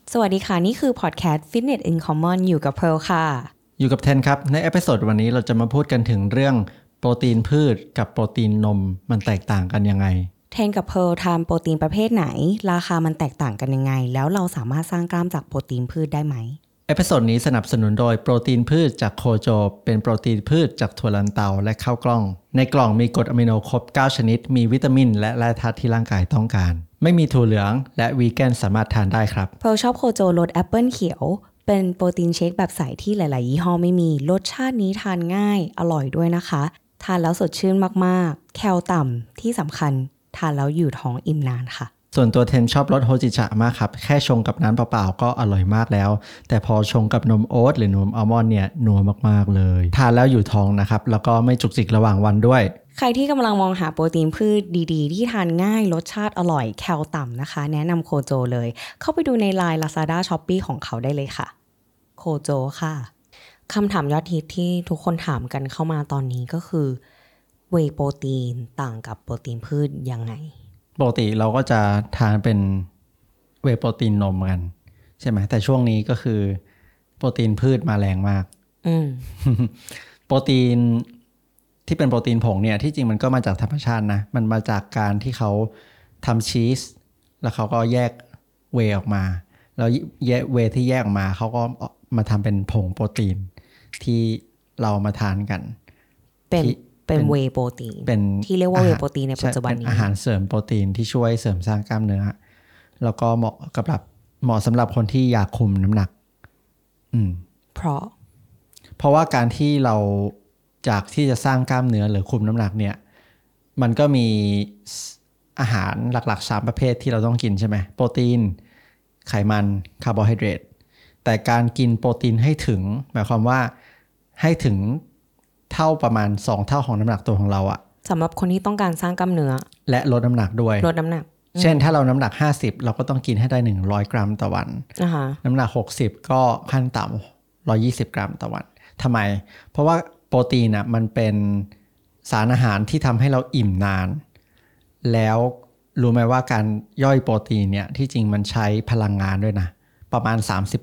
สวัสดีค่ะนี่คือพอดแคสต์ Fitness in Common อยู่กับเพร์ลค่ะอยู่กับเทนครับในเอพิโซดวันนี้เราจะมาพูดกันถึงเรื่องโปรตีนพืชกับโปรตีนนมมันแตกต่างกันยังไงเทนกับเพร์ลทานโปรตีนประเภทไหนราคามันแตกต่างกันยังไงแล้วเราสามารถสร้างกล้ามจากโปรตีนพืชได้ไหมเอพิโซดนี้สนับสนุนโดยโปรตีนพืชจากโคโจเป็นโปรตีนพืชจากถั่วลันเตาและข้าวกล้องในกล่องมีกรดอะมิโนครบ9ชนิดมีวิตามินและแร่ธาตุที่ร่างกายต้องการไม่มีถั่วเหลืองและวีแกนสามารถทานได้ครับเพร์ลชอบโคโจรสแอปเปิลเขียวเป็นโปรตีนเชคแบบใสที่หลายๆยี่ห้อไม่มีรสชาตินี้ทานง่ายอร่อยด้วยนะคะทานแล้วสดชื่นมากๆแคลต่ำที่สำคัญทานแล้วอยู่ท้องอิ่มนานค่ะส่วนตัวเทนชอบรสโฮจิชะมากครับแค่ชงกับน้ำเปล่าๆก็อร่อยมากแล้วแต่พอชงกับนมโอ๊ตหรือนมอัลมอนด์เนี่ยนัวมากๆเลยทานแล้วอยู่ท้องนะครับแล้วก็ไม่จุกจิกระหว่างวันด้วยใครที่กำลังมองหาโปรตีนพืชดีๆที่ทานง่ายรสชาติอร่อยแคลต่ำนะคะแนะนำโคโจเลยเข้าไปดูใน LINE Lazada Shopee ของเขาได้เลยค่ะโคโจค่ะคำถามยอดฮิตที่ทุกคนถามกันเข้ามาตอนนี้ก็คือเวย์โปรตีนต่างกับโปรตีนพืชยังไงปกติเราก็จะทานเป็นเวย์โปรตีนนมกันใช่ไหมแต่ช่วงนี้ก็คือโปรตีนพืชมาแรงมาก โปรตีนที่เป็นโปรตีนผงเนี่ยที่จริงมันก็มาจากธรรมชาตินะมันมาจากการที่เขาทำชีสแล้วเขาก็แยกเวย์ออกมาแล้วเวย์ที่แยกออกมาเขาก็มาทำเป็นผงโปรตีนที่เรามาทานกันเป็นเวย์โปรตีนที่เรียกว่าเวย์โปรตีนในปัจจุบันนี้เป็นอาหารเสริมโปรตีนที่ช่วยเสริมสร้างกล้ามเนื้อแล้วก็เหมาะสำหรับคนที่อยากคุมน้ำหนักเพราะว่าการที่เราจากที่จะสร้างกล้ามเนื้อหรือคุมน้ำหนักเนี่ยมันก็มีอาหารหลักๆ3ประเภทที่เราต้องกินใช่ไหมโปรตีนไขมันคาร์โบไฮเดรตแต่การกินโปรตีนให้ถึงหมายความว่าให้ถึงเท่าประมาณ2เท่าของน้ำหนักตัวของเราอะสำหรับคนที่ต้องการสร้างกล้ามเนื้อและลดน้ำหนักด้วยลดน้ำหนักเช่นถ้าเราน้ำหนัก50เราก็ต้องกินให้ได้100กรัมต่อวันน้ำหนัก60ก็ขั้นต่ำ120กรัมต่อวันทำไมเพราะว่าโปรตีนอ่ะมันเป็นสารอาหารที่ทำให้เราอิ่มนานแล้วรู้ไหมว่าการย่อยโปรตีนเนี่ยที่จริงมันใช้พลังงานด้วยนะประมาณ 30%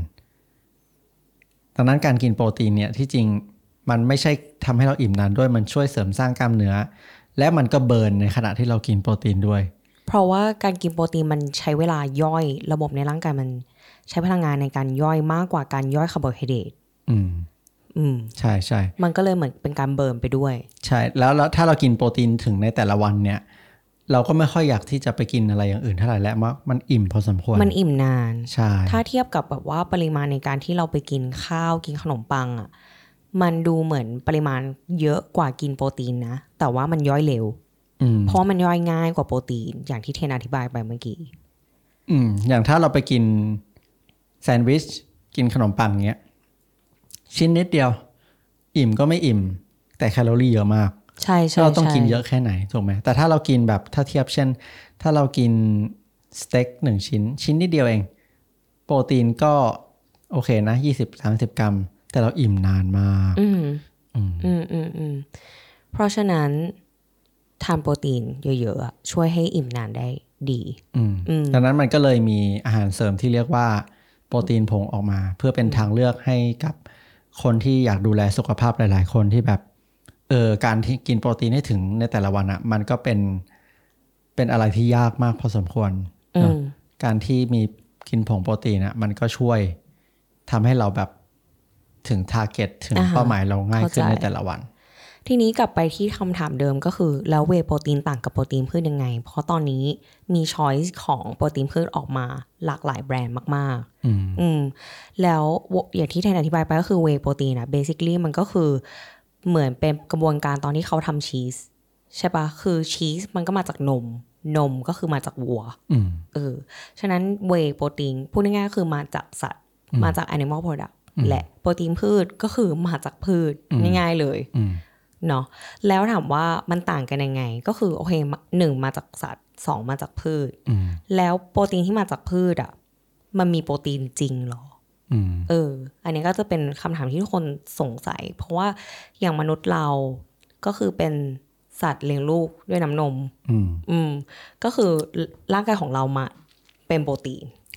ดังนั้นการกินโปรตีนเนี่ยที่จริงมันไม่ใช่ทำให้เราอิ่มนานด้วยมันช่วยเสริมสร้างกล้ามเนื้อและมันก็เบิร์นในขณะที่เรากินโปรตีนด้วยเพราะว่าการกินโปรตีนมันใช้เวลาย่อยระบบในร่างกายมันใช้พลังงานในการย่อยมากกว่าการย่อยคาร์โบไฮเดรตใช่ใช่มันก็เลยเหมือนเป็นการเบิร์นไปด้วยใช่แล้วถ้าเรากินโปรตีนถึงในแต่ละวันเนี่ยเราก็ไม่ค่อยอยากที่จะไปกินอะไรอย่างอื่นเท่าไหร่แล้วมันอิ่มพอสมควรมันอิ่มนานใช่ถ้าเทียบกับแบบว่าปริมาณในการที่เราไปกินข้าวกินขนมปังอ่ะมันดูเหมือนปริมาณเยอะกว่ากินโปรตีนนะแต่ว่ามันย่อยเร็วเพราะมันย่อยง่ายกว่าโปรตีนอย่างที่เทนอธิบายไปเมื่อกี้อย่างถ้าเราไปกินแซนด์วิชกินขนมปังเงี้ยชิ้นนิดเดียวอิ่มก็ไม่อิ่มแต่แคลอรี่เยอะมากใช่เราต้องกินเยอะแค่ไหนถูกไหมแต่ถ้าเรากินแบบถ้าเทียบเช่นถ้าเรากินสเต็ก1ชิ้นนิดเดียวเองโปรตีนก็โอเคนะ20-30 กรัมแต่เราอิ่มนานมากเพราะฉะนั้นทานโปรตีนเยอะๆช่วยให้อิ่มนานได้ดีดังนั้นมันก็เลยมีอาหารเสริมที่เรียกว่าโปรตีนผงออกมาเพื่อเป็นทางเลือกให้กับคนที่อยากดูแลสุขภาพหลายๆคนที่แบบการที่กินโปรตีนให้ถึงในแต่ละวันอ่ะมันก็เป็นอะไรที่ยากมากพอสมควรการที่มีกินผงโปรตีนอ่ะมันก็ช่วยทำให้เราแบบถึงทาร์เก็ตถึงเป้าหมายเราง่ายขึ้นในแต่ละวันทีนี้กลับไปที่คำถามเดิมก็คือแล้วเวย์โปรตีนต่างกับโปรตีนพืชยังไงเพราะตอนนี้มีช้อยส์ของโปรตีนพืชออกมาหลากหลายแบรนด์มากๆแล้วอย่างที่แทนอธิบายไปก็คือเวย์โปรตีนอะเบสิคลี่มันก็คือเหมือนเป็นกระบวนการตอนที่เขาทำชีสใช่ปะคือชีสมันก็มาจากนมก็คือมาจากวัวฉะนั้นเวย์โปรตีนพูดง่ายๆก็คือมาจากสัตว์มาจาก animal product และโปรตีนพืชก็คือมาจากพืชง่ายๆเลยเนาะแล้วถามว่ามันต่างกันยังไงก็คือโอเค1มาจากสัตว์2มาจากพืชแล้วโปรตีนที่มาจากพืชอ่ะมันมีโปรตีนจริงหรออันนี้ก็จะเป็นคำถามที่ทุกคนสงสัยเพราะว่าอย่างมนุษย์เราก็คือเป็นสัตว์เลี้ยงลูกด้วยน้ำนมก็คือร่างกายของเรามาเป็นโปรตีน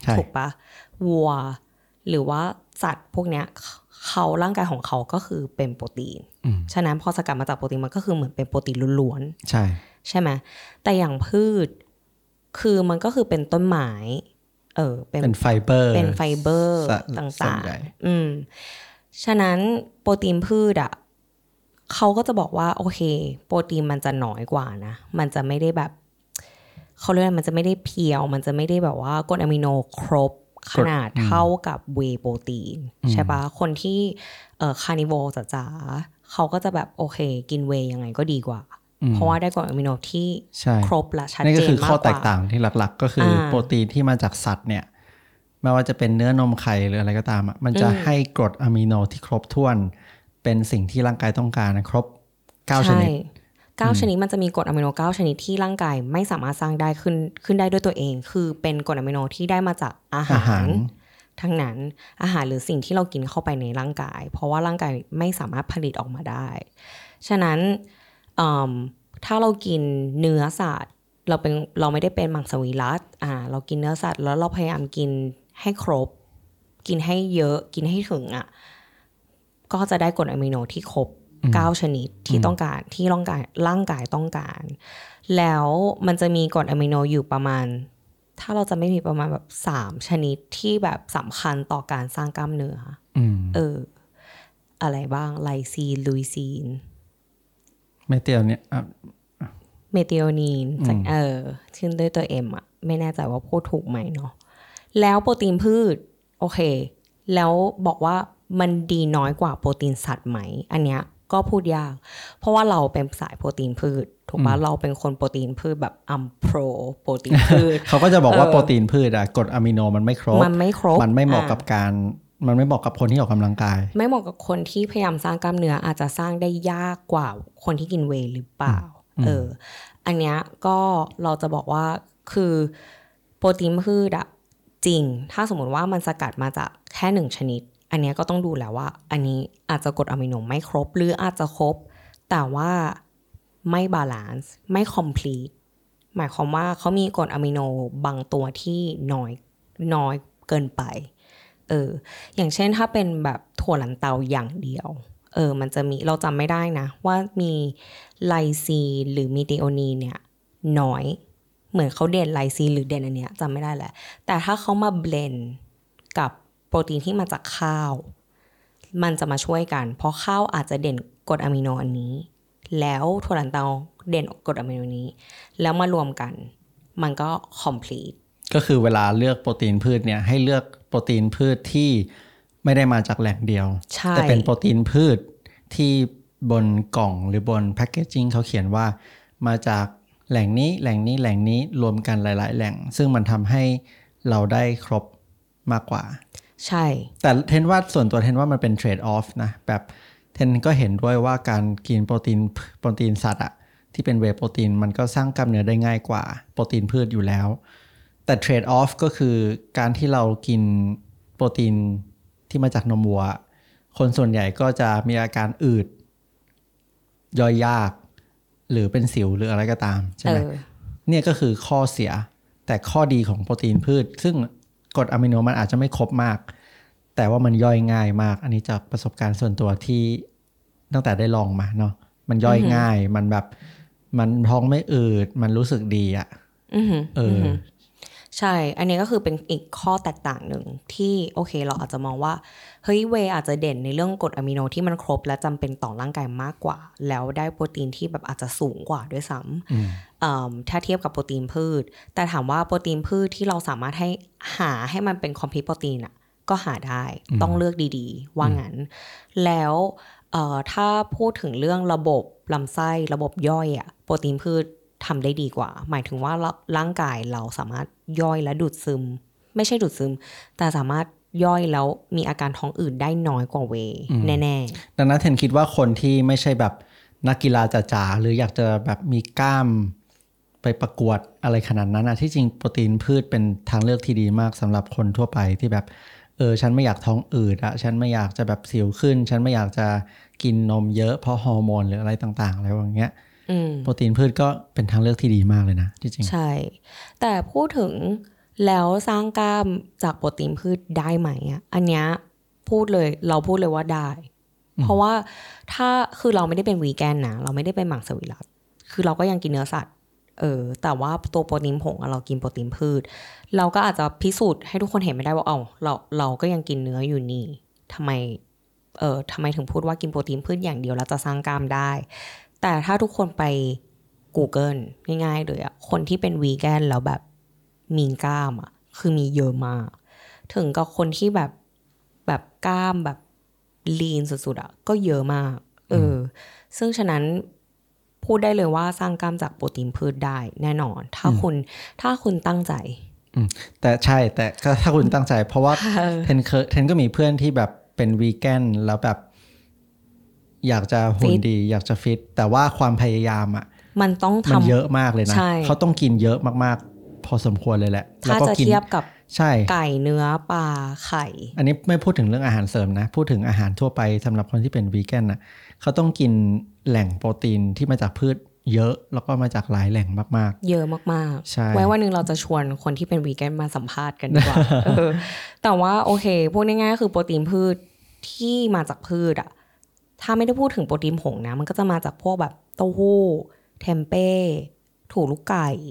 ถูกปะวัวหรือว่าสัตว์พวกเนี้ยเขาร่างกายของเขาก็คือเป็นโปรตีนฉะนั้นพอสกัดมาจากโปรตีนมันก็คือเหมือนเป็นโปรตีนล้วนๆใช่ไหมแต่อย่างพืชคือมันก็คือเป็นต้นไม้เป็นไฟเบอร์ต่างๆฉะนั้นโปรตีนพืชอ่ะเขาก็จะบอกว่าโอเคโปรตีนมันจะน้อยกว่านะมันจะไม่ได้แบบเขาเรียกมันจะไม่ได้เพียวมันจะไม่ได้แบบว่ากรดอะมิโนครบขนาดเท่ากับเวย์โปรตีนใช่ปะคนที่คาร์นิโวร์จ๋าเขาก็จะแบบโอเคกินเวย์ยังไงก็ดีกว่าเพราะว่าได้กรดอะมิโนที่ครบและชัดเจนมากกว่านี่ก็คือข้อแตกต่างที่หลักๆก็คือโปรตีนที่มาจากสัตว์เนี่ยไม่ว่าจะเป็นเนื้อนมไข่หรืออะไรก็ตามมันจะให้กรดอะมิโนที่ครบถ้วนเป็นสิ่งที่ร่างกายต้องการครบ9ชนิด 9ชนิดมันจะมีกรดอะมิโน9ชนิดที่ร่างกายไม่สามารถสร้างได้ขึ้นได้ด้วยตัวเองคือเป็นกรดอะมิโนที่ได้มาจากอาหารทั้งนั้นอาหารหรือสิ่งที่เรากินเข้าไปในร่างกายเพราะว่าร่างกายไม่สามารถผลิตออกมาได้ฉะนั้นถ้าเรากินเนื้อสัตว์เราไม่ได้เป็นมังสวิรัติเรากินเนื้อสัตว์แล้วเราพยายามกินให้ครบกินให้เยอะกินให้ถึงก็จะได้กรดอะมิโนที่ครบ9ชนิดที่ต้องการที่ร่างกายต้องการแล้วมันจะมีกรดอะมิโนอยู่ประมาณถ้าเราจะไม่มีประมาณแบบ3ชนิดที่แบบสำคัญต่อการสร้างกล้ามเนื้ออะไรบ้างไลซีนลูซีนเมทิโอนีนชื่อด้วยตัว M ไม่แน่ใจว่าพูดถูกไหมเนาะแล้วโปรตีนพืชโอเคแล้วบอกว่ามันดีน้อยกว่าโปรตีนสัตว์ไหมอันเนี้ยก็พูดยากเพราะว่าเราเป็นสายโปรตีนพืชถูกปะเราเป็นคนโปรตีนพืชแบบโปรตีนพืชเขาก็จะบอกว่าโปรตีนพืชกรดอะมิโนมันไม่ครบมันไม่เหมาะกับมันไม่เหมาะกับคนที่ออกกำลังกายไม่เหมาะกับคนที่พยายามสร้างกล้ามเนื้ออาจจะสร้างได้ยากกว่าคนที่กินเวย์หรือเปล่าอันเนี้ยก็เราจะบอกว่าคือโปรตีนพืชจริงถ้าสมมติว่ามันสกัดมาจากแค่1ชนิดอันนี้ก็ต้องดูแล้วว่าอันนี้อาจจะกรดอะมิโนไม่ครบหรืออาจจะครบแต่ว่าไม่บาลานซ์ไม่คอมพลีทหมายความว่าเขามีกรดอะมิโนบางตัวที่น้อยเกินไปอย่างเช่นถ้าเป็นแบบถั่วลันเตาอย่างเดียวมันจะมีเราจำไม่ได้นะว่ามีไลซีนหรือมีเทโอนีนเนี่ยน้อยเหมือนเขาเด่นไลซีนหรือเด่นอันเนี้ยจำไม่ได้แหละแต่ถ้าเขามาเบลนด์กับโปรตีนที่มาจากข้าวมันจะมาช่วยกันเพราะข้าวอาจจะเด่นกรดอะมิโนอันนี้แล้วถั่วลันเตาเด่นกรดอะมิโนนี้แล้วมารวมกันมันก็ complete ก็คือเวลาเลือกโปรตีนพืชเนี่ยให้เลือกโปรตีนพืชที่ไม่ได้มาจากแหล่งเดียวแต่เป็นโปรตีนพืชที่บนกล่องหรือบนแพคเกจจิ้งเขาเขียนว่ามาจากแหล่งนี้รวมกันหลายๆแหล่งซึ่งมันทำให้เราได้ครบมากกว่าใช่แต่ส่วนตัวเทนว่ามันเป็นเทรดออฟนะแบบเทนก็เห็นด้วยว่าการกินโปรตีนสัตว์ที่เป็นเวย์โปรตีนมันก็สร้างกล้ามเนื้อได้ง่ายกว่าโปรตีนพืชอยู่แล้วแต่เทรดออฟก็คือการที่เรากินโปรตีนที่มาจากนมวัวคนส่วนใหญ่ก็จะมีอาการอืดย่อยยากหรือเป็นสิวหรืออะไรก็ตามใช่ไหมเนี่ยก็คือข้อเสียแต่ข้อดีของโปรตีนพืชซึ่งกรดอะมิโนมันอาจจะไม่ครบมากแต่ว่ามันย่อยง่ายมากอันนี้จากประสบการณ์ส่วนตัวที่ตั้งแต่ได้ลองมาเนาะมันย่อยง่ายมันแบบมันท้องไม่อืดมันรู้สึกดีใช่อันนี้ก็คือเป็นอีกข้อแตกต่างหนึ่งที่โอเคเราอาจจะมองว่าเฮ้ยเวย์อาจจะเด่นในเรื่องกรดอะมิโนที่มันครบและจำเป็นต่อร่างกายมากกว่าแล้วได้โปรตีนที่แบบอาจจะสูงกว่าด้วยซ้ำถ้าเทียบกับโปรตีนพืชแต่ถามว่าโปรตีนพืชที่เราสามารถหาให้มันเป็นคอมพลีทโปรตีนก็หาได้ต้องเลือกดีๆว่างั้นแล้วถ้าพูดถึงเรื่องระบบลำไส้ระบบย่อยโปรตีนพืชทำได้ดีกว่าหมายถึงว่าร่างกายเราสามารถย่อยและดูดซึมไม่ใช่ดูดซึมแต่สามารถย่อยแล้วมีอาการท้องอืดได้น้อยกว่าเวย์แน่ๆดังนั้นเทนคิดว่าคนที่ไม่ใช่แบบนักกีฬาจ๋าๆหรืออยากจะแบบมีกล้ามไปประกวดอะไรขนาดนั้นที่จริงโปรตีนพืชเป็นทางเลือกที่ดีมากสำหรับคนทั่วไปที่แบบฉันไม่อยากท้องอืดฉันไม่อยากจะแบบสิวขึ้นฉันไม่อยากจะกินนมเยอะเพราะฮอร์โมนหรืออะไรต่างๆอะไรอย่างเงี้ยโปรตีนพืชก็เป็นทางเลือกที่ดีมากเลยนะจริงใช่แต่พูดถึงแล้วสร้างกล้ามจากโปรตีนพืชได้ไหมอ่ะอันเนี้ยเราพูดเลยว่าได้เพราะว่าถ้าคือเราไม่ได้เป็นวีแกนนะเราไม่ได้เป็นมังสวิรัติคือเราก็ยังกินเนื้อสัตว์แต่ว่าตัวโปรตีนผงเรากินโปรตีนพืชเราก็อาจจะพิสูจน์ให้ทุกคนเห็นไม่ได้ว่าเราก็ยังกินเนื้ออยู่นี่ทำไมถึงพูดว่ากินโปรตีนพืชอย่างเดียวแล้วจะสร้างกล้ามได้แต่ถ้าทุกคนไป Google ง่ายๆเลยอะคนที่เป็นวีแกนแล้วแบบมีกล้ามอะคือมีเยอะมากถึงกับคนที่แบบกล้ามแบบลีนสุดๆอะก็เยอะมากซึ่งฉะนั้นพูดได้เลยว่าสร้างกล้ามจากโปรตีนพืชได้แน่นอนถ้าคุณตั้งใจแต่ใช่แต่ก็ถ้าคุณตั้งใจเพราะว่าเทนก็มีเพื่อนที่แบบเป็นวีแกนแล้วแบบอยากจะหุ่นดีอยากจะฟิตแต่ว่าความพยายามอ่ะมันต้องทำเยอะมากเลยนะเขาต้องกินเยอะมากๆพอสมควรเลยแหละถ้าจะเทียบกับใช่ไก่เนื้อปลาไข่อันนี้ไม่พูดถึงเรื่องอาหารเสริมนะพูดถึงอาหารทั่วไปสำหรับคนที่เป็นวีแกนนะเขาต้องกินแหล่งโปรตีนที่มาจากพืชเยอะแล้วก็มาจากหลายแหล่งมากๆเยอะมากๆใช่ไว้วันนึงเราจะชวนคนที่เป็นวีแกนมาสัมภาษณ์กันดีกว่า แต่ว่าโอเคพูดง่ายๆคือโปรตีนพืชที่มาจากพืชอะถ้าไม่ได้พูดถึงโปรตีนผงนะมันก็จะมาจากพวกแบบเต้าหู้เทมเป้ถั่วลูกไก่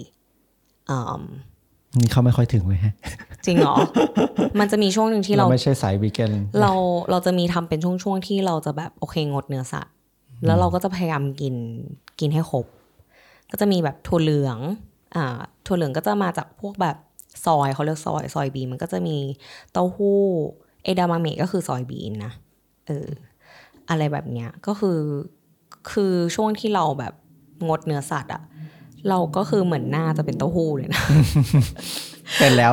นี่เขาไม่ค่อยถึงเลยฮะจริงเหรอ มันจะมีช่วงหนึ่งที่เราไม่ใช่สายวีแกนเราจะมีทำเป็นช่วงๆที่เราจะแบบโอเคงดเนื้อสัตว์แล้วเราก็จะพยายามกินให้ครบก็จะมีแบบถั่วเหลืองถั่วเหลืองก็จะมาจากพวกแบบซอยเขาเรียกซอยบีนมันก็จะมีเต้าหู้เอดามะเมะก็คือซอยบีนนะอะไรแบบเนี้ยก็คือช่วงที่เราแบบงดเนื้อสัตว์อะเราก็คือเหมือนหน้าจะเป็นเต้าหู้เลยนะเป็นแล้ว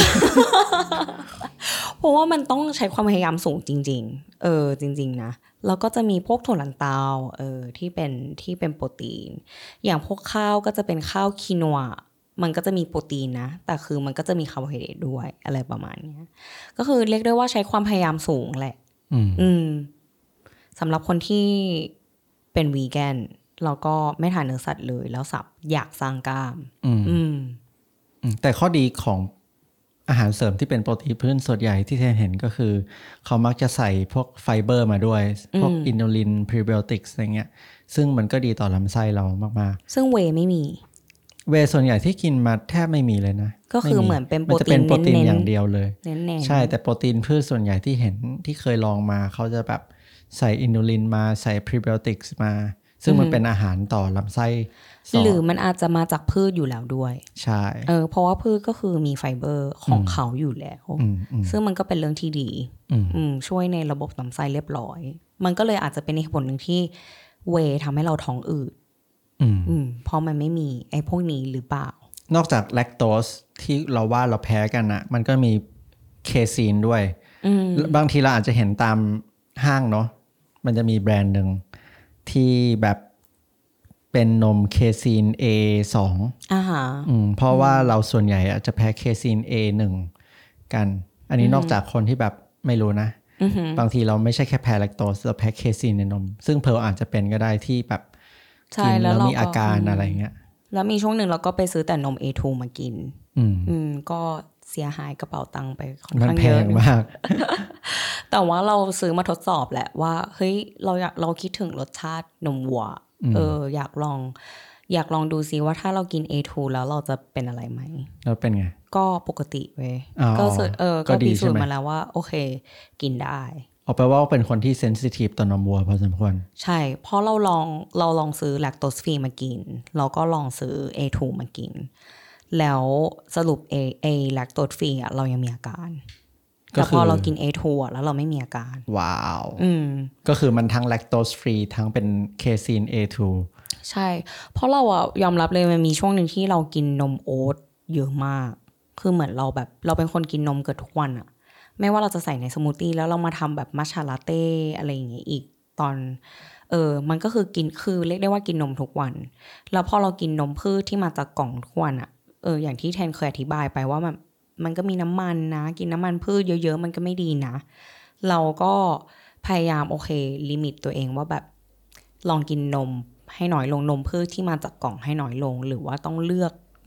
เพราะว่ามันต้องใช้ความพยายามสูงจริงๆจริงๆนะแล้วก็จะมีพวกถั่วลันเตาที่เป็นโปรตีนอย่างพวกข้าวก็จะเป็นข้าวคีนัวมันก็จะมีโปรตีนนะแต่คือมันก็จะมีคาร์โบไฮเดรตด้วยอะไรประมาณนี้ก็คือเรียกได้ว่าใช้ความพยายามสูงแหละสำหรับคนที่เป็นวีแกนแล้วก็ไม่ทานเนื้อสัตว์เลยแล้วอยากสร้างกล้ามแต่ข้อดีของอาหารเสริมที่เป็นโปรตีนพืชส่วนใหญ่ที่เทนเห็นก็คือเขามักจะใส่พวกไฟเบอร์มาด้วยพวกอินูลินพรีไบโอติกส์อะไรเงี้ยซึ่งมันก็ดีต่อลำไส้เรามากๆซึ่งเวไม่มีเวส่วนใหญ่ที่กินมาแทบไม่มีเลยนะก็คือเหมือนเป็นโปรตีนเน้นๆอย่างเดียวเลยใช่แต่โปรตีนพืชส่วนใหญ่ที่เห็นที่เคยลองมาเขาจะแบบใส่อินูลินมาใส่พรีไบโอติกส์มาซึ่งมันเป็นอาหารต่อลำไส้หรือมันอาจจะมาจากพืชอยู่แล้วด้วยใช่เพราะว่าพืชก็คือมีไฟเบอร์ของเขาอยู่แล้วซึ่งมันก็เป็นเรื่องที่ดีช่วยในระบบลำไส้เรียบร้อยมันก็เลยอาจจะเป็นเหตุผลหนึ่งที่เวทำให้เราท้องอืดเพราะมันไม่มีไอ้พวกนี้หรือเปล่านอกจากแลคโตสที่เราว่าเราแพ้กันนะมันก็มีเคซีนด้วยบางทีเราอาจจะเห็นตามห้างเนาะมันจะมีแบรนด์หนึ่งที่แบบเป็นนมเคซีน A2 เพราะว่าเราส่วนใหญ่อาจจะแพ้เคซีน A1 กันอันนี้นอกจากคนที่แบบไม่รู้นะบางทีเราไม่ใช่แค่แพ้แลคโตสเราแพ้เคซีนในนมซึ่งเพลอาจจะเป็นก็ได้ที่แบบกินแล้วมีอาการอะไรเงี้ยแล้วมีช่วงหนึ่งเราก็ไปซื้อแต่นม A2 มากินก็เสียหายกระเป๋าตังค์ไปค่อนข้างเยอะมากแต่ว่าเราซื้อมาทดสอบแหละว่าเฮ้ยเราคิดถึงรสชาตินมวัวอยากลองดูซิว่าถ้าเรากิน A2 แล้วเราจะเป็นอะไรไหมแล้วเป็นไงก็ปกติเว้ยก็พิสูจน์มาแล้วว่าโอเคกินได้เอาไปว่าเป็นคนที่เซนซิทีฟต่อนมวัวพอสมควรใช่เพราะเราลองซื้อแลคโตสฟรีมากินเราก็ลองซื้อ A2 มากินแล้วสรุปแลคโตสฟรีอ่ะเรายังมีอาการแต่พอเรากิน A2 แล้วเราไม่มีอาการว้าวก็คือมันทั้งแลคโตสฟรีทั้งเป็นเคซีน A2 ใช่เพราะเราอ่ะยอมรับเลยมันมีช่วงหนึ่งที่เรากินนมโอ๊ตเยอะมากคือเหมือนเราเป็นคนกินนมเกือบทุกวันอ่ะไม่ว่าเราจะใส่ในสมูทตี้แล้วเรามาทำแบบมัทฉะลาเต้อะไรอย่างเงี้ยอีกตอนมันก็คือกินคือเรียกได้ว่ากินนมทุกวันแล้วพอเรากินนมพืชที่มาจากกล่องทุกวันอ่ะอย่างที่แทนเคยอธิบายไปว่ามันก็มีน้ำมันนะกินน้ำมันพืชเยอะๆมันก็ไม่ดีนะเราก็พยายามโอเคลิมิตตัวเองว่าแบบลองกินนมให้น้อยลงนมพืชที่มาจากกล่องให้น้อยลงหรือว่าต้องเลือก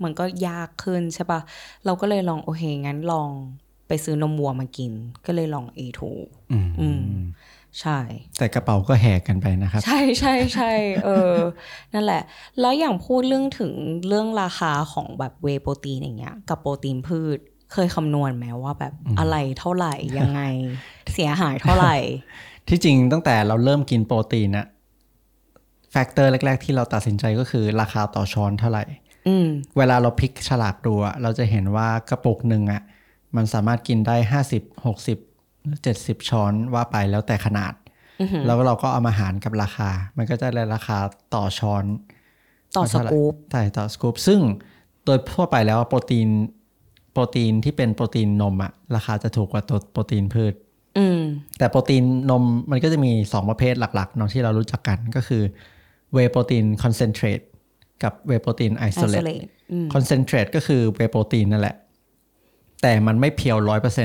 มันก็ยากขึ้นใช่ปะเราก็เลยลองโอเคงั้นลองไปซื้อนมวัวมากินก็เลยลอง A2 ใช่แต่กระเป๋าก็แหกกันไปนะครับใช่ใช่ใช่นั่นแหละแล้วอย่างพูดเรื่องถึงเรื่องราคาของแบบเวย์โปรตีนอย่างเงี้ยกับโปรตีนพืชเคยคำนวณไหมว่าแบบอะไรเท่าไหร่ยังไง เสียหายเท่าไหร่ที่จริงตั้งแต่เราเริ่มกินโปรตีนอะแฟกเตอร์แรกๆที่เราตัดสินใจก็คือราคาต่อช้อนเท่าไหร่เวลาเราพลิกฉลากดูเราจะเห็นว่ากระปุกหนึ่งอะมันสามารถกินได้50-60-70ช้อนว่าไปแล้วแต่ขนาดแล้วเราก็เอามาหารกับราคามันก็จะได้ราคาต่อช้อนต่อสกู๊ปใช่ต่อสกู๊ปซึ่งโดยทั่วไปแล้วโปรตีนที่เป็นโปรตีนนมอะราคาจะถูกกว่าตัวโปรตีนพืชแต่โปรตีนนมมันก็จะมี2ประเภทหลักๆเนาะที่เรารู้จักกันก็คือเวย์โปรตีนคอนเซนเทรตกับเวย์โปรตีนไอโซเลตคอนเซนเทรตก็คือเวย์โปรตีนนั่นแหละแต่มันไม่เพียว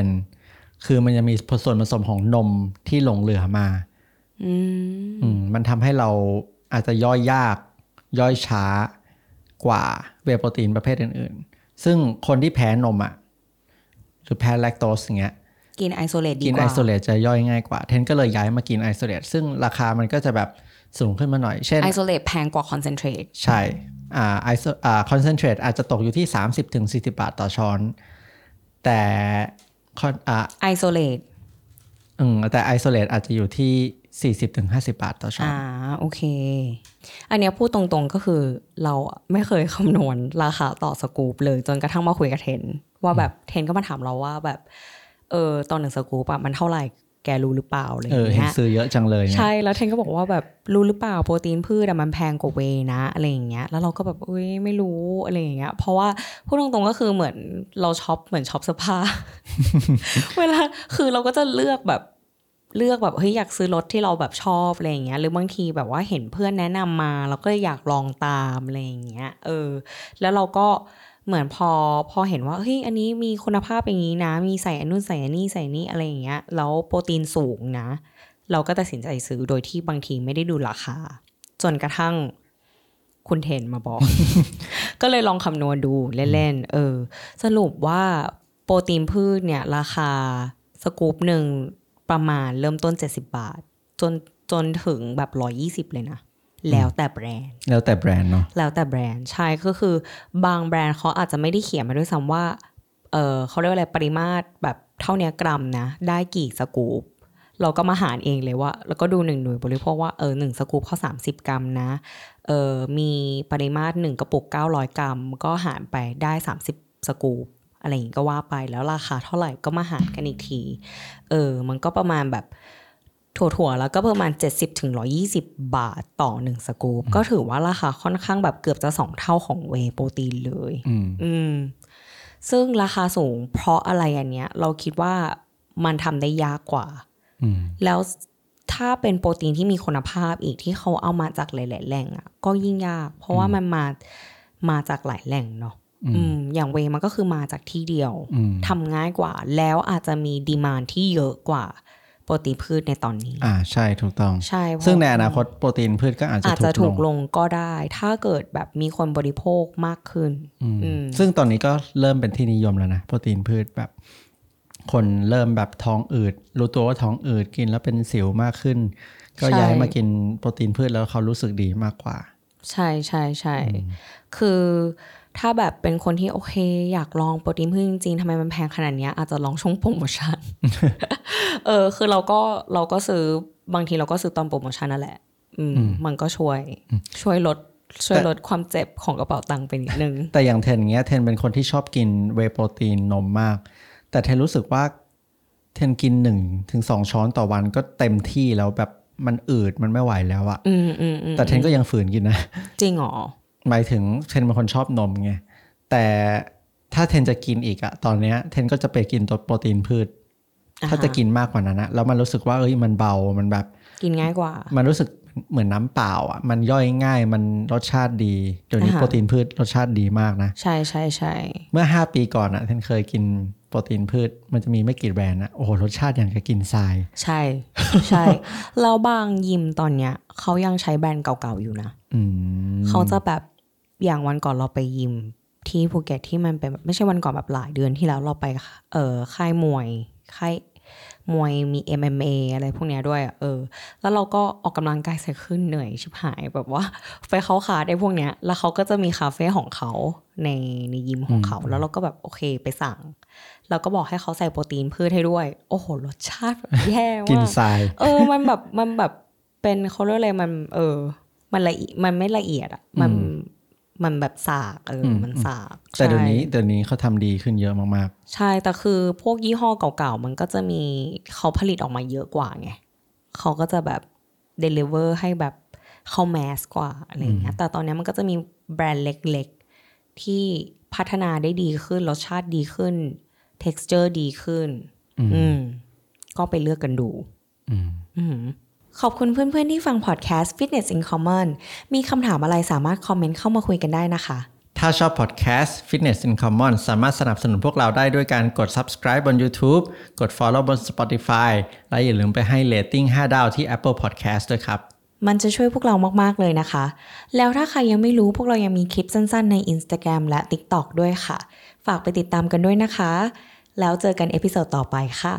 100% คือมันจะมีส่วนผสมของนมที่หลงเหลือมามันทำให้เราอาจจะย่อยยากย่อยช้ากว่าเวย์โปรตีนประเภทอื่นๆซึ่งคนที่แพ้นมอ่ะหรือแพ้แลคโตสอย่างเงี้ยกินไอโซเลตดีกว่ากินไอโซเลตจะย่อยง่ายกว่าเทนก็เลยย้ายมากินไอโซเลตซึ่งราคามันก็จะแบบสูงขึ้นมาหน่อยเช่นไอโซเลตแพงกว่าคอนเซนเทรตใช่คอนเซนเทรตอาจจะตกอยู่ที่ 30-40 บาทต่อช้อนแต่ไอโซเลตแต่ไอโซเลตอาจจะอยู่ที่40-50 บาทต่อช้อนโอเคอันเนี้ยพูดตรงๆก็คือเราไม่เคยคำนวณราคาต่อสกู๊ปเลยจนกระทั่งมาคุยกับเทนว่าแบบเทนก็มาถามเราว่าแบบตอนหนึ่งสกู๊ปมันเท่าไหร่แกรู้หรือเปล่าอะไรอย่างเงี้ยเห็นซื้อเยอะจังเลยใช่แล้วเทนก็บอกว่าแบบรู้หรือเปล่าโปรตีนพืชมันแพงกว่าเวย์นะอะไรอย่างเงี้ยแล้วเราก็แบบไม่รู้อะไรอย่างเงี้ยเพราะว่าพูดตรงๆก็คือเหมือนเราช็อปเหมือนช็อปเสื้อผ้า เวลาคือเราก็จะเลือกแบบเฮ้ยอยากซื้อรถที่เราแบบชอบอะไรอย่างเงี้ยหรือบางทีแบบว่าเห็นเพื่อนแนะนำมาเราก็อยากลองตามอะไรอย่างเงี้ยแล้วเราก็เหมือนพอเห็นว่าเฮ้ยอันนี้มีคุณภาพอย่างนี้นะมีใส่อันนู้นใส่อันนี้ใส่นี่อะไรอย่างเงี้ยแล้วโปรตีนสูงนะเราก็ตัดสินใจซื้อโดยที่บางทีไม่ได้ดูราคาจนกระทั่งคุณเทนมาบอก ก็เลยลองคำนวณดูเล่นๆสรุปว่าโปรตีนพืชเนี่ยราคาสกู๊ปหนึ่งประมาณเริ่มต้น70 บาทจนถึงแบบ120เลยนะแล้วแต่แบรนด์เนาะแล้วแต่แบรนด์ใช่ก็คือบางแบรนด์เขาอาจจะไม่ได้เขียนมาด้วยซ้ำว่าเขาเรียกว่าอะไรปริมาตรแบบเท่านี้กรัมนะได้กี่สกู๊ปเราก็มาหารเองเลยว่าแล้วก็ดู1หน่วยบริโภคว่า1สกู๊ปเขา30 กรัมนะมีปริมาตร1กระปุก900 กรัมก็หารไปได้30สกู๊ปอะไรอย่างงี้ก็ว่าไปแล้วราคาเท่าไหร่ก็มาหารกันอีกทีมันก็ประมาณแบบถั่วแล้วก็ประมาณ70-120 บาทต่อ1สกู๊ปก็ถือว่าราคาค่อนข้างแบบเกือบจะ2เท่าของเวย์โปรตีนเลยซึ่งราคาสูงเพราะอะไรอันเนี้ยเราคิดว่ามันทำได้ยากกว่าแล้วถ้าเป็นโปรตีนที่มีคุณภาพอีกที่เขาเอามาจากหลายๆแหล่งก็ยิ่งยากเพราะว่ามันมาจากหลายแหล่งเนาะอย่างเวย์มันก็คือมาจากที่เดียวทำง่ายกว่าแล้วอาจจะมีดีมานด์ที่เยอะกว่าโปรตีนพืชในตอนนี้ใช่ถูกต้องใช่ซึ่งในอนาคตโปรตีนพืชก็อาจจะถูกลงก็ได้ถ้าเกิดแบบมีคนบริโภคมากขึ้นซึ่งตอนนี้ก็เริ่มเป็นที่นิยมแล้วนะโปรตีนพืชแบบคนเริ่มแบบท้องอืดรู้ตัวว่าท้องอืดกินแล้วเป็นสิวมากขึ้นก็ย้ายมากินโปรตีนพืชแล้วเขารู้สึกดีมากกว่าใช่ใช่ใช่คือถ้าแบบเป็นคนที่โอเคอยากลองโปรตีนพืชจริงๆทำไมมันแพงขนาดนี้อาจจะลองช่วงโปรโมชั่น คือเราก็ซื้อบางทีเราก็ซื้อตอนโปรโมชั่นนั่นแหละมันก็ช่วยลดความเจ็บของกระเป๋าตังค์ไปนิดนึงแต่อย่างเทนเงี้ยเทนเป็นคนที่ชอบกินเวย์โปรตีนนมมากแต่เทนรู้สึกว่าเทนกิน1-2 ช้อนต่อวันก็เต็มที่แล้วแบบมันอืดมันไม่ไหวแล้วอะแต่เทนก็ยังฝืนกินนะจริงหรอหมายถึงเทนเป็นคนชอบนมไงแต่ถ้าเทนจะกินอีกอะตอนเนี้ยเทนก็จะไปกินตัวโปรตีนพืชถ้าจะกินมากกว่านั้นนะแล้วมันรู้สึกว่ามันเบามันแบบกินง่ายกว่ามันรู้สึกเหมือนน้ำเปล่าอ่ะมันย่อยง่ายมันรสชาติดีเดี๋ยวนี้โปรตีนพืชรสชาติดีมากนะใช่ใช่ใช่เมื่อ5 ปีก่อนอ่ะเทนเคยกินโปรตีนพืชมันจะมีไม่กี่แบรนด์นะโอ้โหรสชาติอย่างกับกินทรายใช่ใช่แล้วบางยิมตอนเนี้ยเขายังใช้แบรนด์เก่าๆอยู่นะเขาจะแบบอย่างวันก่อนเราไปยิมที่ภูเก็ตที่มันเป็นแบบไม่ใช่วันก่อนแบบหลายเดือนที่แล้วเราไปค่ายมวยค่ายมวยมี MMA อะไรพวกเนี้ยด้วยแล้วเราก็ออกกำลังกายใส่ขึ้นเหนื่อยชิบหายแบบว่าไปเข้าคลาสได้พวกเนี้ยแล้วเขาก็จะมีคาเฟ่ของเขาในยิมของเขาแล้วเราก็แบบโอเคไปสั่งแล้วก็บอกให้เขาใส่โปรตีนพืชให้ด้วยโอ้โหรสชาติแบบแย่มากกินทรายมันแบบเป็นเขาเรียกอะไรมันละเอียดมันไม่ละเอียดอ่ะมันแบบสากมันสากแต่เดี๋ยวนี้เขาทำดีขึ้นเยอะมากๆใช่แต่คือพวกยี่ห้อเก่าๆมันก็จะมีเขาผลิตออกมาเยอะกว่าไงเขาก็จะแบบ deliver ให้แบบเข้าแมสกว่าอะไรอย่างเงี้ยแต่ตอนนี้มันก็จะมีแบรนด์เล็กๆที่พัฒนาได้ดีขึ้นรสชาติดีขึ้น texture ดีขึ้นก็ไปเลือกกันดูขอบคุณเพื่อนๆที่ฟังพอดแคสต์ Fitness in Common มีคำถามอะไรสามารถคอมเมนต์เข้ามาคุยกันได้นะคะถ้าชอบพอดแคสต์ Fitness in Common สามารถสนับสนุนพวกเราได้ด้วยการกด subscribe บน YouTube กด follow บน Spotify และอย่าลืมไปให้ rating 5 ดาวที่ Apple Podcast ด้วยครับมันจะช่วยพวกเรามากๆเลยนะคะแล้วถ้าใครยังไม่รู้พวกเรายังมีคลิปสั้นๆใน Instagram และ TikTok ด้วยค่ะฝากไปติดตามกันด้วยนะคะแล้วเจอกันเอพิโซดต่อไปค่ะ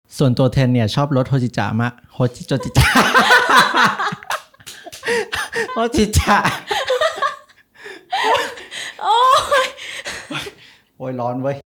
ส่วนตัวเทนเนี่ยชอบรสโฮจิจามะโฮจิโจจิจาโฮจิจาโอ้ยร้อนเว้ย